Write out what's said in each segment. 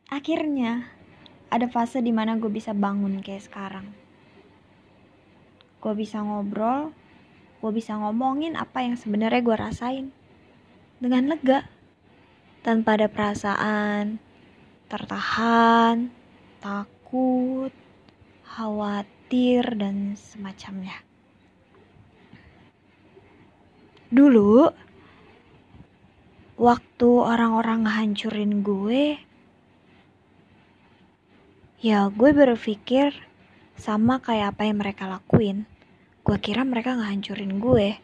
Akhirnya ada fase dimana gue bisa bangun kayak sekarang. Gue bisa ngobrol, gue bisa ngomongin apa yang sebenarnya gue rasain dengan lega, tanpa ada perasaan tertahan, takut, khawatir, dan semacamnya. Dulu, waktu orang-orang ngehancurin gue, ya gue berpikir sama kayak apa yang mereka lakuin. Gue kira mereka ngehancurin gue.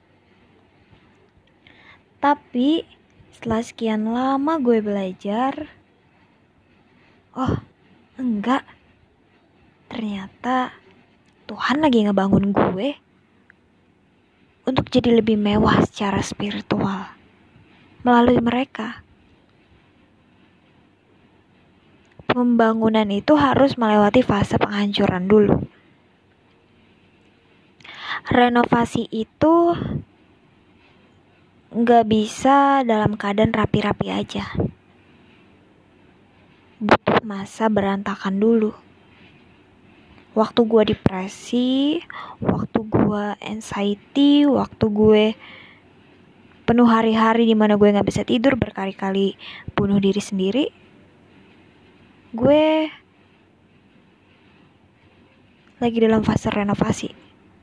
Tapi setelah sekian lama gue belajar, oh enggak, ternyata Tuhan lagi ngebangun gue untuk jadi lebih mewah secara spiritual melalui mereka. Pembangunan itu harus melewati fase penghancuran dulu. Renovasi itu gak bisa dalam keadaan rapi-rapi aja. Butuh masa berantakan dulu. Waktu gue depresi, waktu gue anxiety, waktu gue penuh hari-hari dimana gue gak bisa tidur, berkali-kali bunuh diri sendiri, gue lagi dalam fase renovasi.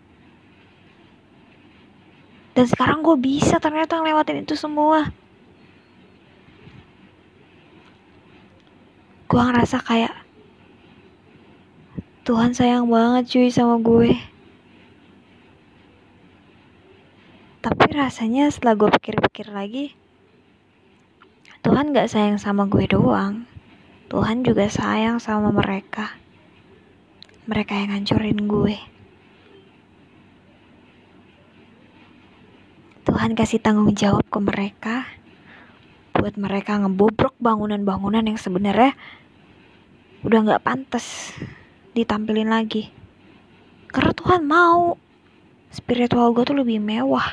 Dan sekarang gue bisa ternyata ngelewatin itu semua. Gue ngerasa kayak Tuhan sayang banget cuy sama gue. Tapi rasanya setelah gue pikir-pikir lagi, Tuhan gak sayang sama gue doang. Tuhan juga sayang sama mereka. Mereka yang hancurin gue. Tuhan kasih tanggung jawab ke mereka, buat mereka ngebobrok bangunan-bangunan yang sebenarnya udah gak pantas ditampilin lagi. Karena Tuhan mau spiritual gue tuh lebih mewah.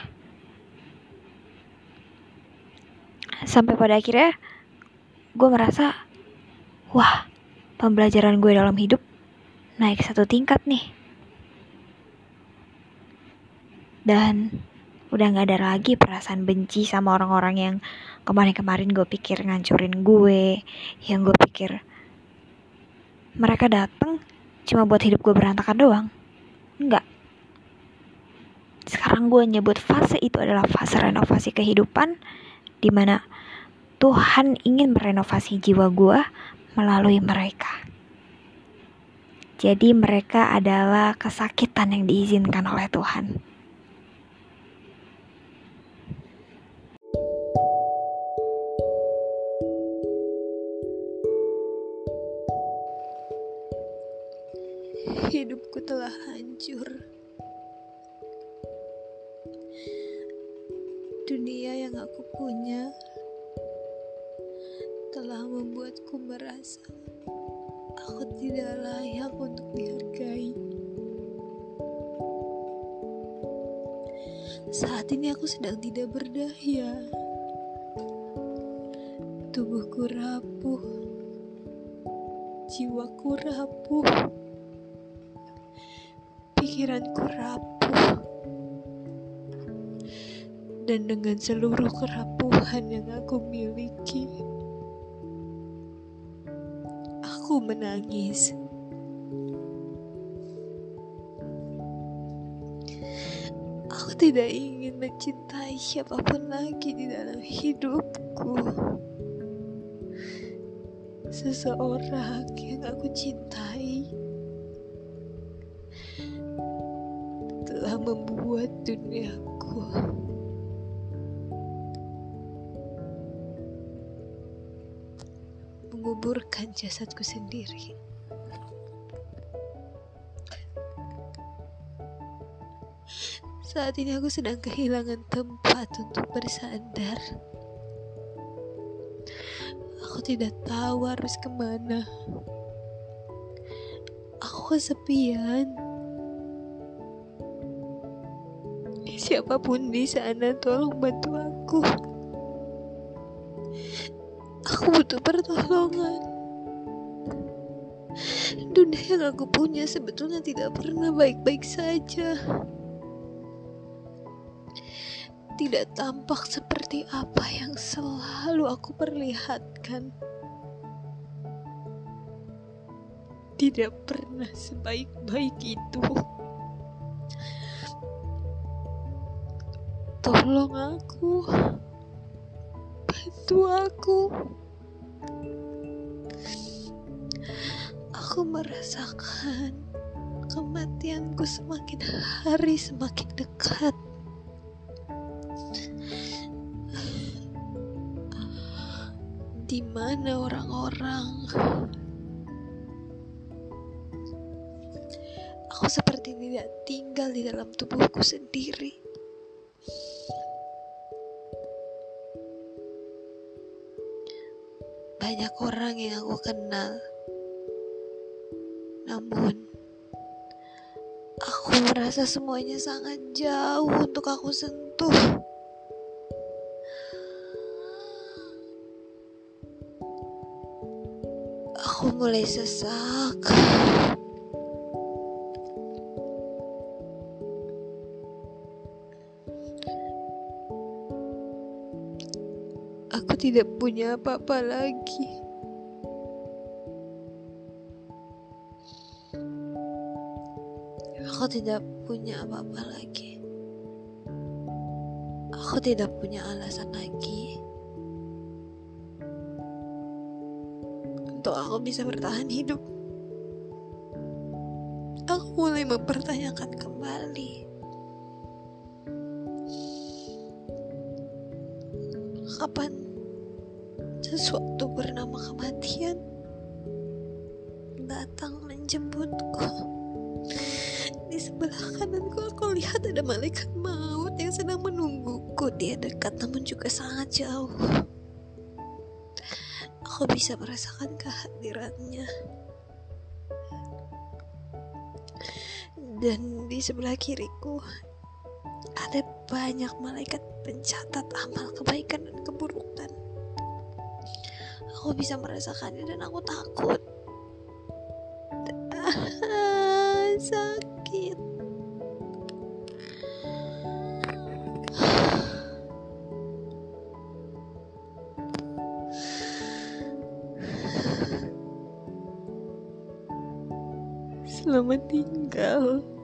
Sampai pada akhirnya gue merasa, wah, pembelajaran gue dalam hidup naik satu tingkat nih. Dan udah gak ada lagi perasaan benci sama orang-orang yang kemarin-kemarin gue pikir ngancurin gue, yang gue pikir mereka datang cuma buat hidup gue berantakan doang. Enggak. Sekarang gue nyebut fase itu adalah fase renovasi kehidupan, dimana Tuhan ingin merenovasi jiwa gue melalui mereka. Jadi mereka adalah kesakitan yang diizinkan oleh Tuhan. Hidupku telah hancur. Dunia yang aku punya telah membuatku merasa aku tidak layak untuk dihargai. Saat ini aku sedang tidak berdaya. Tubuhku rapuh, jiwaku rapuh, pikiranku rapuh, dan dengan seluruh kerapuhan yang aku miliki, aku menangis. Aku tidak ingin mencintai siapapun lagi di dalam hidupku. Seseorang yang aku cintai telah membuat duniaku menguburkan jasadku sendiri. Saat ini aku sedang kehilangan tempat untuk bersandar. Aku tidak tahu harus kemana. Aku kesepian. Siapapun di sana, tolong bantu aku. Aku butuh pertolongan. Dunia yang aku punya sebetulnya tidak pernah baik-baik saja. Tidak tampak seperti apa yang selalu aku perlihatkan. Tidak pernah sebaik-baik itu. Tolong aku, bantu aku. Aku merasakan kematianku semakin hari semakin dekat. Di mana orang-orang? Aku seperti tidak tinggal di dalam tubuhku sendiri. Banyak orang yang aku kenal, namun aku merasa semuanya sangat jauh untuk aku sentuh. Aku mulai sesak. Aku tidak punya apa-apa lagi. Aku tidak punya apa-apa lagi. Aku tidak punya alasan lagi untuk aku bisa bertahan hidup. Aku mulai mempertanyakan kembali, kapan sesuatu bernama kematian datang menjemputku. Di sebelah kananku aku lihat ada malaikat maut yang sedang menungguku. Dia dekat namun juga sangat jauh. Aku bisa merasakan kehadirannya. Dan di sebelah kiriku ada banyak malaikat pencatat amal kebaikan dan keburukan. Aku bisa merasakannya dan aku takut. Sakit. Selamat tinggal.